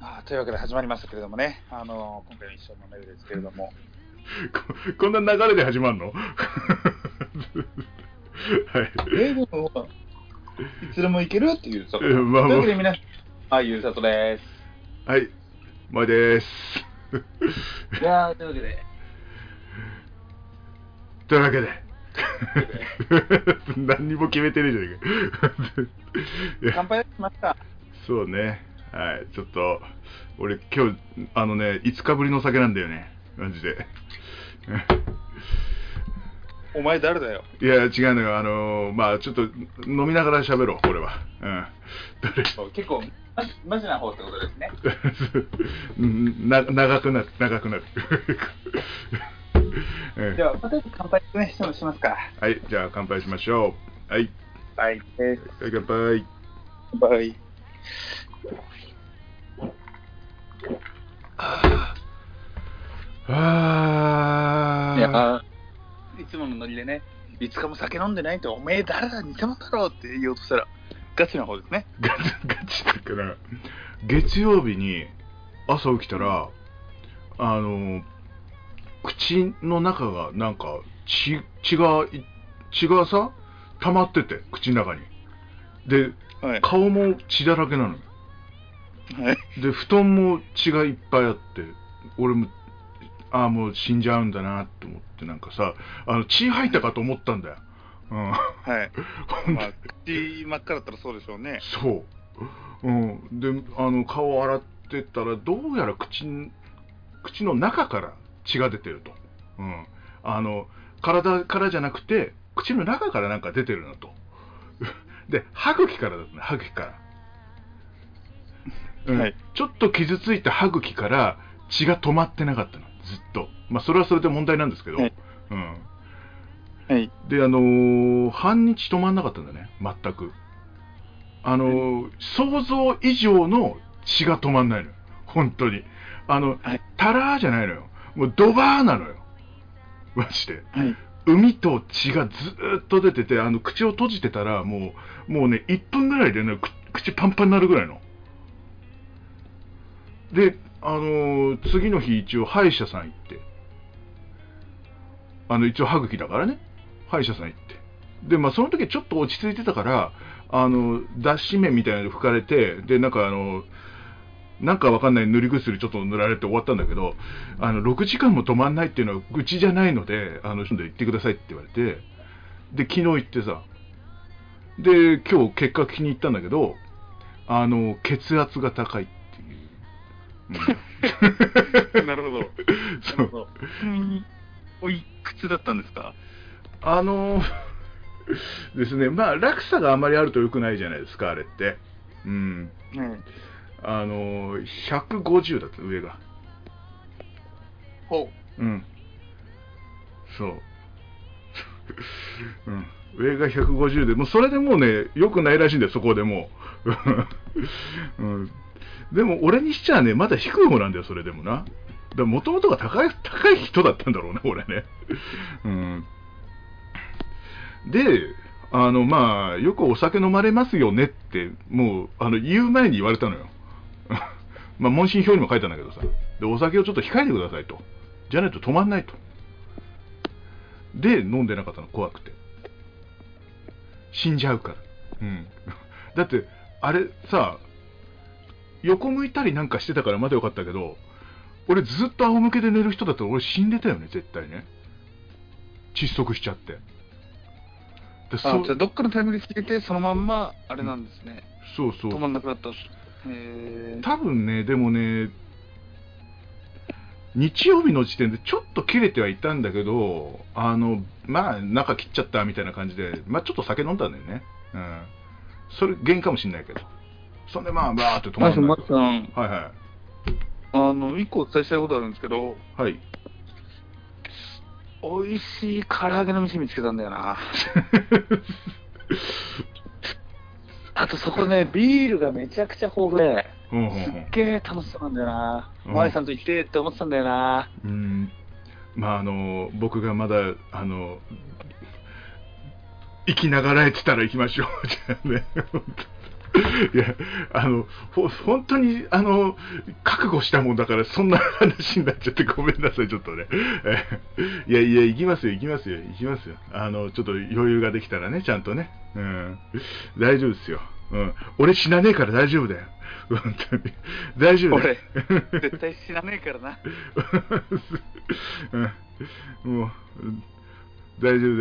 というわけで始まりましたけれどもね、今回の一緒のメールですけれどもこんな流れで始まるのはい。 でもいつでもいけるっていうと、というまあわけで皆さん、ゆうさとです。 はい、まあです。 いやー、というわけでというわけで何にも決めてねえじゃねえか。 乾杯しました。 そうね、はい、ちょっと俺今日5日ぶりの酒なんだよね、マジで。 お前誰だよ。 いや違うのよ、まあちょっと飲みながら喋ろう、これは。 結構マジな方ってことですね。 長くなるでは私乾杯ねしますか。 はい、じゃあ乾杯しましょう。はい、 はい、 乾杯。 乾杯。いやいつものノリでね、いつかも酒飲んでないとおめえ誰だ偽物だろうって言おうとしたらガチな方ですね。 ガチだから、月曜日に朝起きたら口の中がなんか血がさ溜まってて、口の中にで、 はい、 顔も血だらけなのよ。 はい、 で布団も血がいっぱいあって、俺ももう死んじゃうんだなって思って、なんかさ血吐いたかと思ったんだよ。 はい。まあ口真っ赤だったらそうでしょうね。 そう、で顔を洗ってたら、どうやら口の中から血が出てると、体からじゃなくて口の中からなんか出てるなとで歯茎からだったね、歯茎から、はい、ちょっと傷ついた歯茎から血が止まってなかったの、ずっと。まあそれはそれで問題なんですけど、はい、はい、で半日止まんなかったんだね、全く。想像以上の血が止まんないのよ、本当に。はい、タラーじゃないのよ、もうドバーなのよ、マジで。はい、海と血がずっと出てて、口を閉じてたらもうね、1分ぐらいでね、口パンパンになるぐらいの。で、次の日一応歯医者さん行って、一応歯茎だからね、歯医者さん行って、でまあその時ちょっと落ち着いてたから、脱脂綿みたいなの吹かれて、でなんかなんかわかんない塗り薬ちょっと塗られて終わったんだけど、6時間も止まんないっていうのはうちじゃないので、行ってくださいって言われて、で昨日行ってさ、で今日結果聞きに行ったんだけど、血圧が高いっていう、 なるほど。 そう。 おいくつだったんですか？ ですね、まあ落差があまりあると良くないじゃないですか、あれって。うん。150だった、上が。 ほう。うん。そう。うん。上が150で、もうそれでもうね、良くないらしいんだよ、そこでもう。うん。でも俺にしちゃね、まだ低い方なんだよ、それでもな。もともとが高い人だったんだろうね、俺ね。うん。で、まあよくお酒飲まれますよねってもう言う前に言われたのよ。まあ問診票にも書いたんだけどさ、でお酒をちょっと控えてくださいと、じゃないと止まんないと。で飲んでなかったの、怖くて。死んじゃうから。うん。だってあれさ、横向いたりなんかしてたからまだよかったけど、俺ずっと仰向けで寝る人だったら俺死んでたよね、絶対ね。窒息しちゃって。 じゃあどっかのタイミングで消えてそのまんまあれなんですね。 そうそう。 止まんなくなった。 多分ね、でもね、日曜日の時点でちょっと切れてはいたんだけど、まあ中切っちゃったみたいな感じで、まあちょっと酒飲んだんだよね。うん。それ原因かもしんないけど。そんでまあバーって止まんない。 マキさん。 はいはい。 一個お伝えしたいことあるんですけど。 はい。 美味しい唐揚げの店見つけたんだよな。あとそこね、ビールがめちゃくちゃ豊富で、すっげえ楽しそうなんだよな。マイさんと行ってって思ってたんだよな。 まあ僕がまだ生きながらえてたら行きましょう。じゃあね。 いや、本当に、覚悟したもんだから、そんな話になっちゃってごめんなさい、ちょっとね。いやいや、行きますよ。ちょっと余裕ができたらね、ちゃんとね。うん。大丈夫ですよ。うん。俺死なねえから大丈夫だよ。本当に。大丈夫だよ。 俺、絶対死なねえからな。 うん、もう、大丈夫。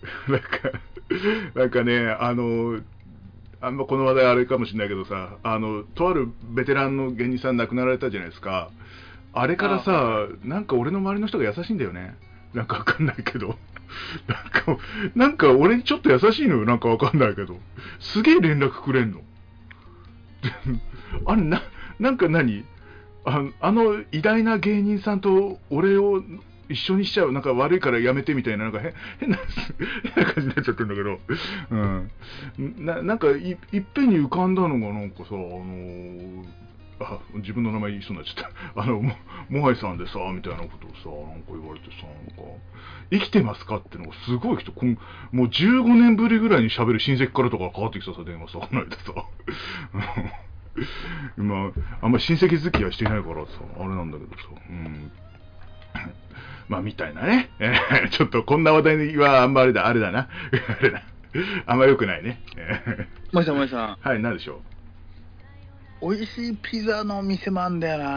なんかね、あんまこの話題あれかもしれないけどさ、とあるベテランの芸人さん亡くなられたじゃないですか。あれからさ、なんか俺の周りの人が優しいんだよね。なんかわかんないけど。なんか俺にちょっと優しいのよ。なんかわかんないけど。すげえ連絡くれんの。あれなんか何偉大な芸人さんと俺を一緒にしちゃう、なんか悪いからやめてみたいな、なんか変な感じになっちゃってるんだけど、うん。なんかいっぺんに浮かんだのが、なんかさ、自分の名前言いそうになっちゃった。もはいさんでさ、みたいなことをさ、なんか言われてさ、なんか、生きてますかってのがすごい人、もう15年ぶりぐらいに喋る親戚からとかかかってきたさ、電話さ、この間さ。今、あんまり親戚付き合いしていないからさ、あれなんだけどさ、うん。まあ、みたいなね。ちょっとこんな話題はあんまあれだな。あんま良くないね。 もえさん。 はい、なんでしょう。美味しいピザの店もあんだよな。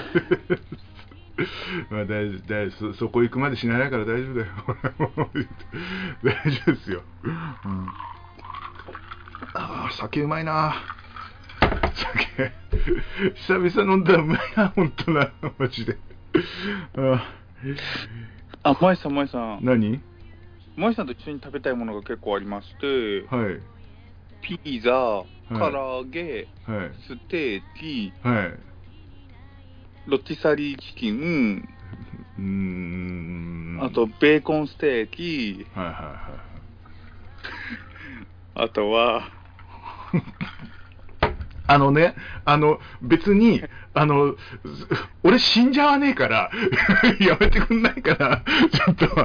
まあそこ行くまでしないから大丈夫だよ。大丈夫ですよ。うん、酒うまいな。酒久々飲んだらうまいな、ほんとな、マジで。 もえさん。 何？ もえさんと一緒に食べたいものが結構ありまして、 はい。 ピザ、唐揚げ、 はい、 ステーキ、 はい、 ロティサリーチキン、あとベーコンステーキ、あとは別に、俺死んじゃわねえから、やめてくんないから、ちょっと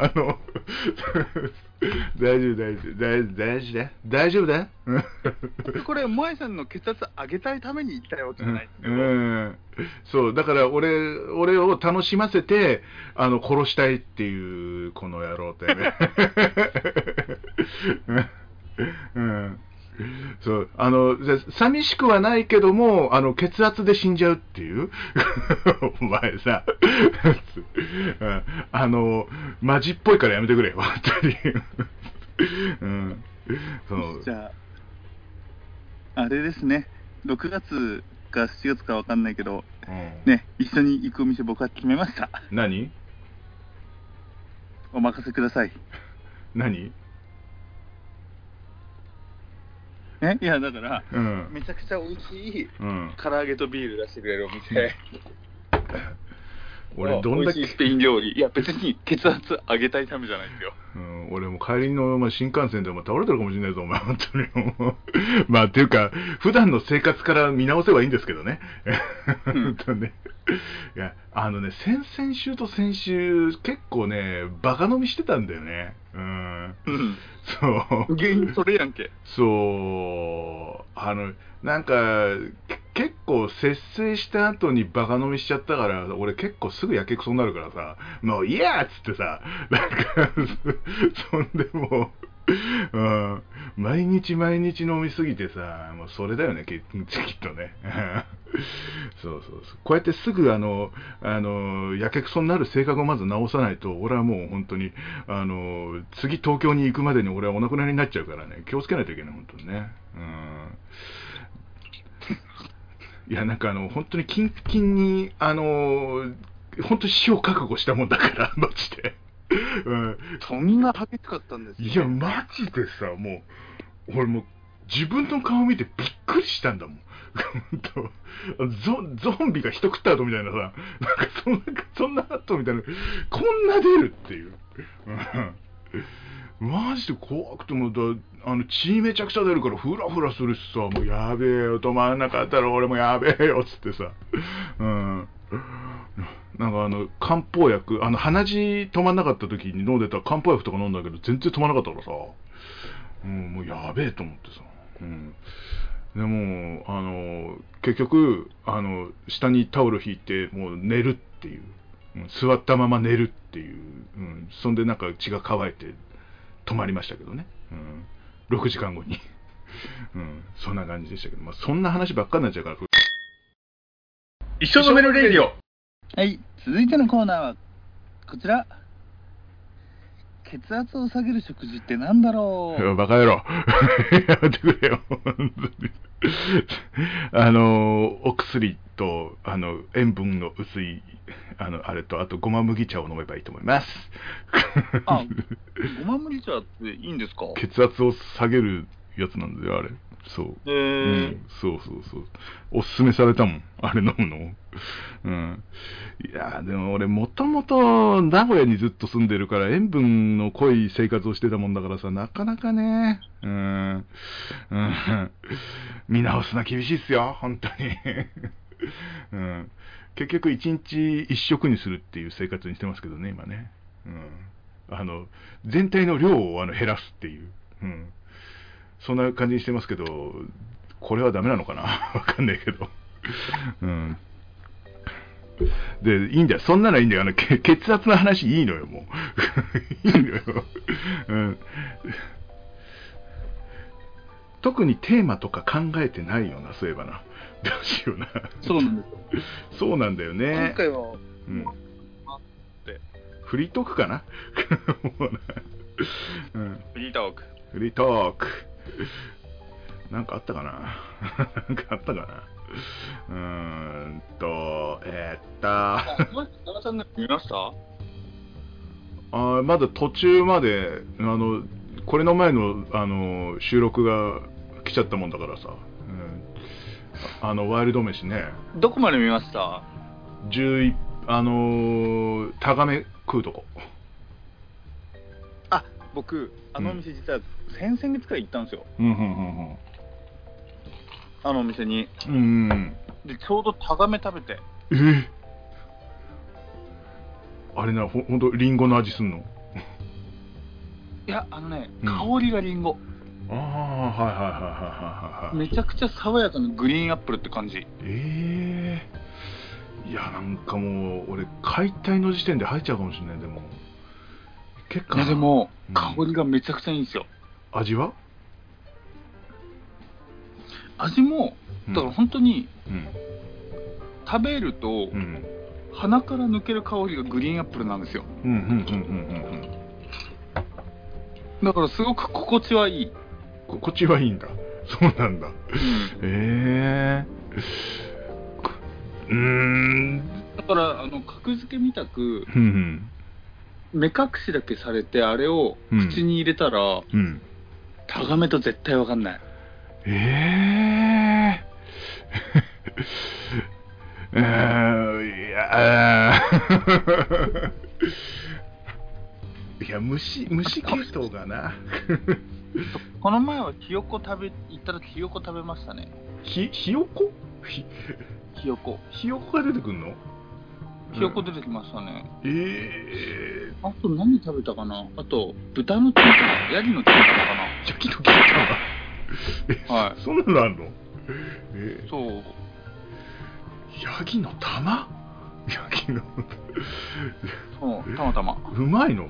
大丈夫だよ。 これ、萌さんの血圧上げたいために言ったわけじゃないですよ。 そう、だから俺を楽しませて、殺したいっていう、この野郎ってね。そう、寂しくはないけども、血圧で死んじゃうっていう。お前さ、マジっぽいからやめてくれよ、本当に。そう。 じゃあ、あれですね、6月か7月かわかんないけど、ね、一緒に行くお店僕は決めました。 何？ お任せください。 何？ いやだから、めちゃくちゃ美味しい、唐揚げとビール出してくれるお店、 俺どんだけ美味しいスペイン料理、いや別に血圧上げたいためじゃないですよ。 俺も帰りの、新幹線でも倒れてるかもしれないぞお前、本当に。まあっていうか普段の生活から見直せばいいんですけどね。本当ね。いや先々週と先週結構ねバカ飲みしてたんだよね。そう。 原因それやんけ。 そう。なんか結構節制した後にバカ飲みしちゃったから、俺結構すぐやけくそになるからさ、もういやっつってさ、なんかそんでもう、毎日飲みすぎてさ、もうそれだよね、きっとね。そう。こうやってすぐやけくそになる性格をまず直さないと、俺はもう本当に次東京に行くまでに俺はお亡くなりになっちゃうからね、気をつけないといけない、本当にね。いや、なんか本当にキンキンに本当に死を覚悟したもんだからマジで。 そんな激しかったんですね。 いやマジでさ、もう俺もう自分の顔見てびっくりしたんだもん。ゾンビが人食った後みたいなさ、なんかそんな後みたいな、こんな出るっていう。マジで怖くても血めちゃくちゃ出るからフラフラするしさ、もうやべえよ、止まんなかったら俺もやべえよっつってさ、なんか漢方薬、鼻血止まんなかった時に飲んでた漢方薬とか飲んだけど全然止まんなかったからさ、もうやべえと思ってさ、 でも結局下にタオル引いてもう寝るっていう、座ったまま寝るっていう、そんでなんか血が乾いて止まりましたけどね、6時間後にそんな感じでしたけど、そんな話ばっかりになっちゃうから。 一生飲めるレディオ。はい、続いてのコーナーはこちら。血圧を下げる食事ってなんだろう。 バカ野郎やめてくれよお薬と塩分の薄いあれと、あとごま麦茶を飲めばいいと思いますあ、ごま麦茶っていいんですか？ 血圧を下げるやつなんだよあれ。そう、そうおすすめされたもんあれ飲むの。いやでも俺もともと名古屋にずっと住んでるから塩分の濃い生活をしてたもんだからさ、なかなかね、見直すのは厳しいっすよ本当に結局1日1食にするっていう生活にしてますけどね今ね。全体の量を減らすっていう、そんな感じにしてますけど、これはダメなのかなわかんないけどで、いいんだよ。そんなのいいんだよ。血圧の話いいのよ、もう。いいのよ。特にテーマとか考えてないよな、そういえばな。どうしような。 そうなんですよ。 そうなんだよね。 今回は、 フリートークかなもうな、 フリートーク。 フリートーク。なんかあったかななんかあったかな。 長さんの見ました？ まだ途中までこれの前の収録が来ちゃったもんだからさ、ワイルド飯ね。 どこまで見ました？ タガメ食うとこ。 あ、僕お店実は先々月くらい行ったんですよ。あのお店に。でちょうどタガメ食べて。 あれな、ほんとリンゴの味すんの？ いや香りがリンゴ。めちゃくちゃ爽やかなグリーンアップルって感じ。 いやなんかもう俺解体の時点で入っちゃうかもしれない。でも結構。 いやでも、香りがめちゃくちゃいいんですよ。 味は？ 味もだから本当に、食べると、鼻から抜ける香りがグリーンアップルなんですよ。だからすごく心地はいい。 心地はいいんだ。そうなんだ。 だから格付けみたく、目隠しだけされてあれを口に入れたら、タガメと絶対わかんない。 いや虫系統がなこの前はひよこ行ったらひよこ食べましたね。 ひよこひよこが出てくんの？ ひよこ出てきましたね。 あと何食べたかな。あと豚のチンタン、ヤギのチンタンかな。 ヤギのチンタンはい。そんなのあんの？ そう。 ヤギの玉？ヤギのそうたまうまいの？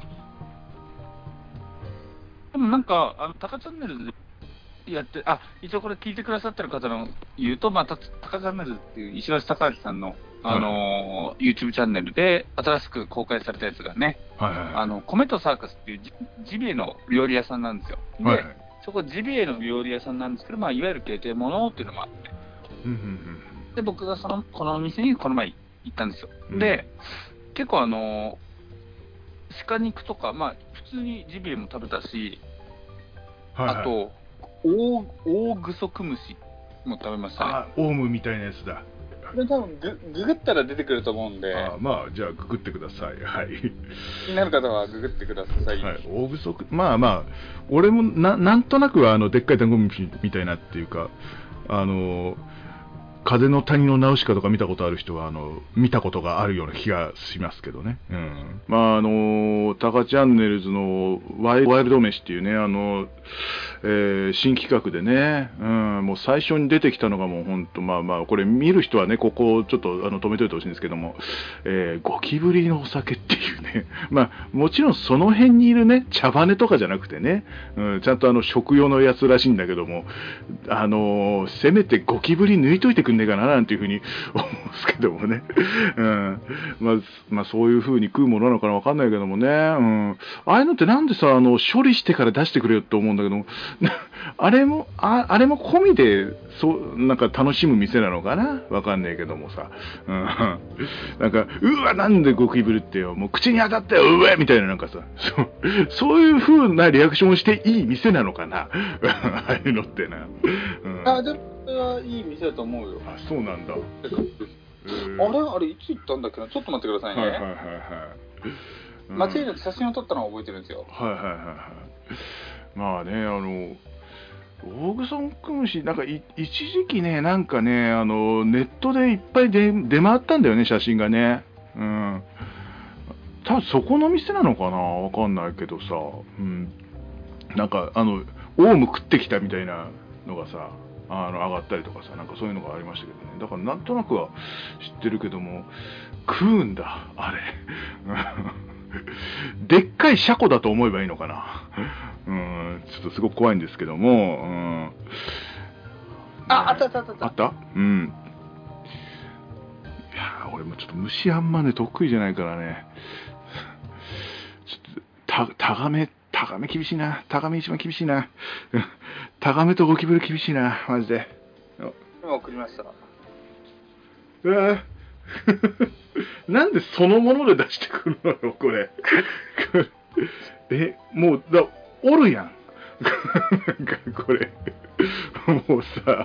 でもなんかタカチャンネルでやって、一応これ聞いてくださってる方の言うと、タカチャンネルっていう石橋貴明さんのYouTube チャンネルで新しく公開されたやつがね、米とサーカスっていうジビエの料理屋さんなんですよ。で、そこジビエの料理屋さんなんですけど、いわゆる形態ものっていうのもあって、で僕がこのお店にこの前行ったんですよ。で、結構鹿肉とか、普通にジビエも食べたし、あとオオグソクムシも食べましたね。 オウムみたいなやつだ。 これ多分ググったら出てくると思うんで。 じゃあググってください。はい。 気になる方はググってください。 オオグソク、俺もなんとなくはでっかいダンゴムシみたいなっていうか、 風の谷のナウシカとか見たことある人は見たことがあるような気がしますけどね。まあタカチャンネルズのワイルド飯っていうね新企画でね、もう最初に出てきたのがもう本当まあこれ見る人はねここちょっと止めといてほしいんですけども、ゴキブリのお酒っていうね、まあもちろんその辺にいるね茶羽とかじゃなくてね、ちゃんと食用のやつらしいんだけども、せめてゴキブリ抜いといてくんねえかななんていうふうに思うんですけどもね、まあそういうふうに食うものなのかなわかんないけどもね、ああいうのってなんでさ処理してから出してくれよって思うんだけどもあれも込みでなんか楽しむ店なのかなわかんないけどもさ、なんかうわなんでゴキブリってよもう口に当たってようわみたいななんかさそういう風なリアクションをしていい店なのかなああいうのってな、 でもそれはいい店だと思うよ。 あ、そうなんだ。 あれいつ行ったんだっけな、ちょっと待ってくださいね。間違いなく写真を撮ったのは覚えてるんですよ。 まあねオーグソンクムシなんか一時期ねなんかねネットでいっぱい出回ったんだよね写真がね。多分そこの店なのかなわかんないけどさ、なんかオウム食ってきたみたいなのがさ上がったりとかさ、なんかそういうのがありましたけどね。だからなんとなくは知ってるけども食うんだあれでっかいシャコだと思えばいいのかなちょっとすごく怖いんですけども、 あった。 いや俺もちょっと虫あんまね得意じゃないからね、ちょっとタガメ厳しいな。タガメ一番厳しいな。タガメとゴキブリ厳しいなマジで。 今送りました。 なんでそのもので出してくるのよこれもうおるやんなんかこれもうさ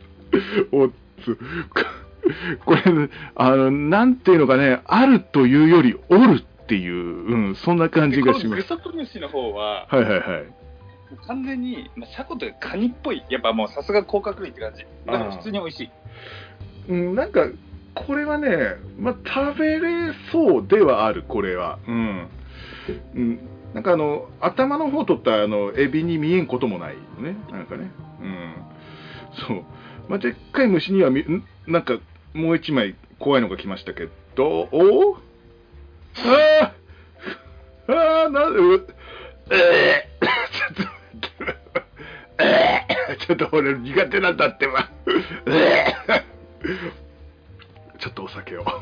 これなんていうのかね、あるというよりおるっていう、そんな感じがします。 グソクムシの方は完全に、シャコというかカニっぽい、やっぱもうさすが甲殻類って感じだから普通に美味しい。 なんかこれはね、食べれそうではある。これはなんか頭の方取ったエビに見えんこともないよね。なんかね、そう、でっかい虫にはなんかもう一枚怖いのが来ましたけど、なんでちょっと俺苦手なんだってばちょっとお酒を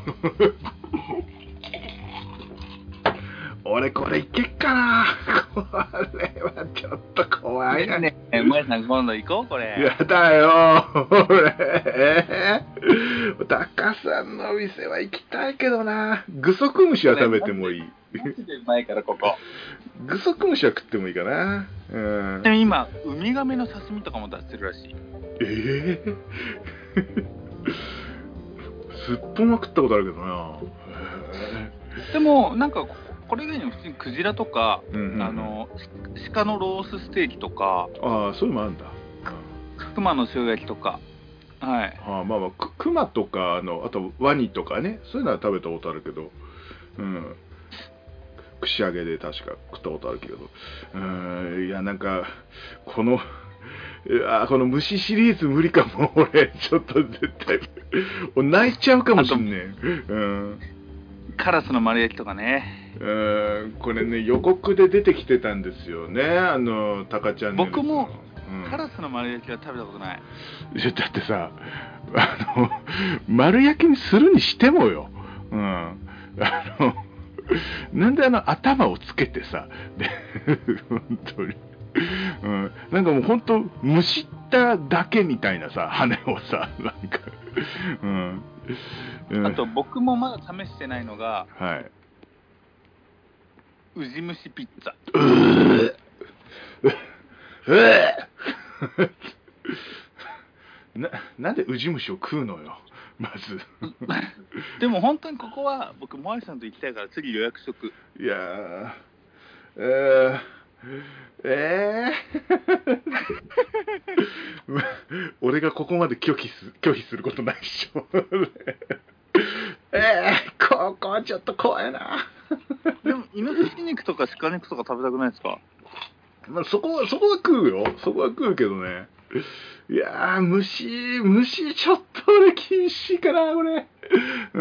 俺これいけっかな。これはちょっと怖いなね。 萌さん今度行こうこれ。 やだよ俺タカさんの店は行きたいけどな。グソクムシは食べてもいい。 マジでうまいからここ。 グソクムシは食ってもいいかな。 でも今ウミガメの刺身とかも出してるらしい。 すっぽんは食ったことあるけどな。 でもなんかこれ以外にも普通にクジラとか、鹿のロースステーキとか、 そういうのもあるんだ。 熊の塩焼きとか、 クマとかあとワニとかね、そういうのは食べたことあるけど、串揚げで確か食ったことあるけど、いやなんかこの虫シリーズ無理かも。俺ちょっと絶対泣いちゃうかもしんねえ。 カラスの丸焼きとかね。 これね予告で出てきてたんですよね、タカちゃんね。 僕も、カラスの丸焼きは食べたことない。 だってさ丸焼きにするにしてもよ、なんで頭をつけてさで本当になんかもう本当むしっただけみたいなさ羽をさなんかあと僕もまだ試してないのが、ウジ虫ピッツァ。 なんでウジ虫を食うのよまずでも本当にここは僕モアイさんと行きたいから次予約しとく。 いや俺がここまで拒否することないでしょ。ここはちょっと怖いな。 でも、イノシシ肉とか鹿肉とか食べたくないですか？ まあ、そこは食うよ。そこは食うけどね。いやー、虫ちょっと俺禁止かな、これ。うん。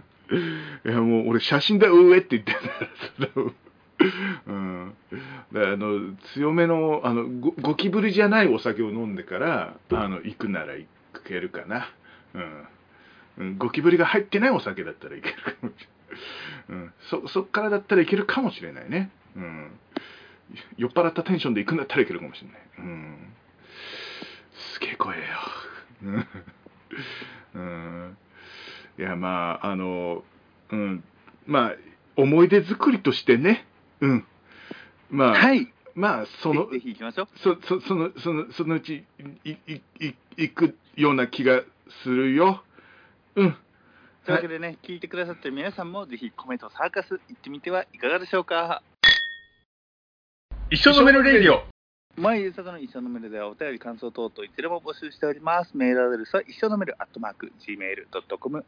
いや、もう俺写真だ、って言ってんだよ。うん。で強めの、ゴキブリじゃないお酒を飲んでから、行くなら行けるかな。うん。ゴキブリが入ってないお酒だったらいけるかもしれない。そっからだったらいけるかもしれないね。うん。酔っ払ったテンションで行くんだったらいけるかもしれない。うん。すげえ怖えよ。うん。いや、まあ、まあ、思い出作りとしてね。うん。まあ、 はい。 まあ、 ぜひ行きましょう。 そのうち、行くような気がするよ。うん。 というわけでね、聞いてくださってる皆さんもぜひコメントサーカス行ってみてはいかがでしょうか。 一緒のメロレディオ。 毎夕方の一緒のメルではお便り感想等々いつでも募集しております。メールアドレスは一緒のメル@gmail.com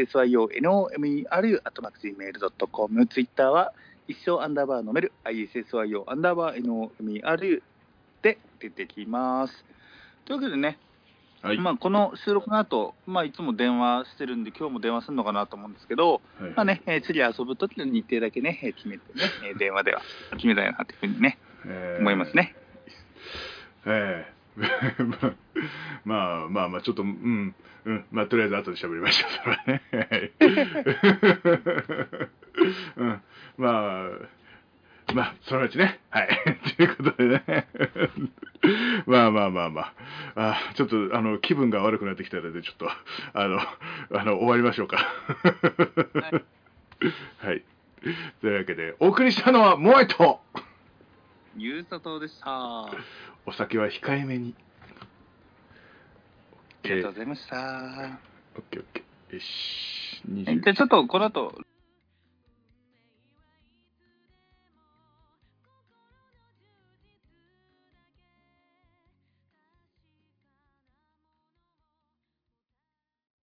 issyonomeru@gmail.com ツイッターは一緒_のメル issyo_nomeru で出てきます。というわけでね、 はい。 まあこの収録の後、まあいつも電話してるんで今日も電話するのかなと思うんですけど、 はいまあね、次遊ぶ時の日程だけね決めてね、電話では決めたいなというふうにね、思いますね。 まあちょっとまあとりあえず後で喋りましょう。それはね。まあそのうちね。はい。ということでね。まあちょっと気分が悪くなってきたのでちょっと終わりましょうか。はい。というわけでお送りしたのはモアイとゆうさとでした。 お酒は控えめに。 ありがとうございました。 オッケー。よし。 じゃあちょっとこの後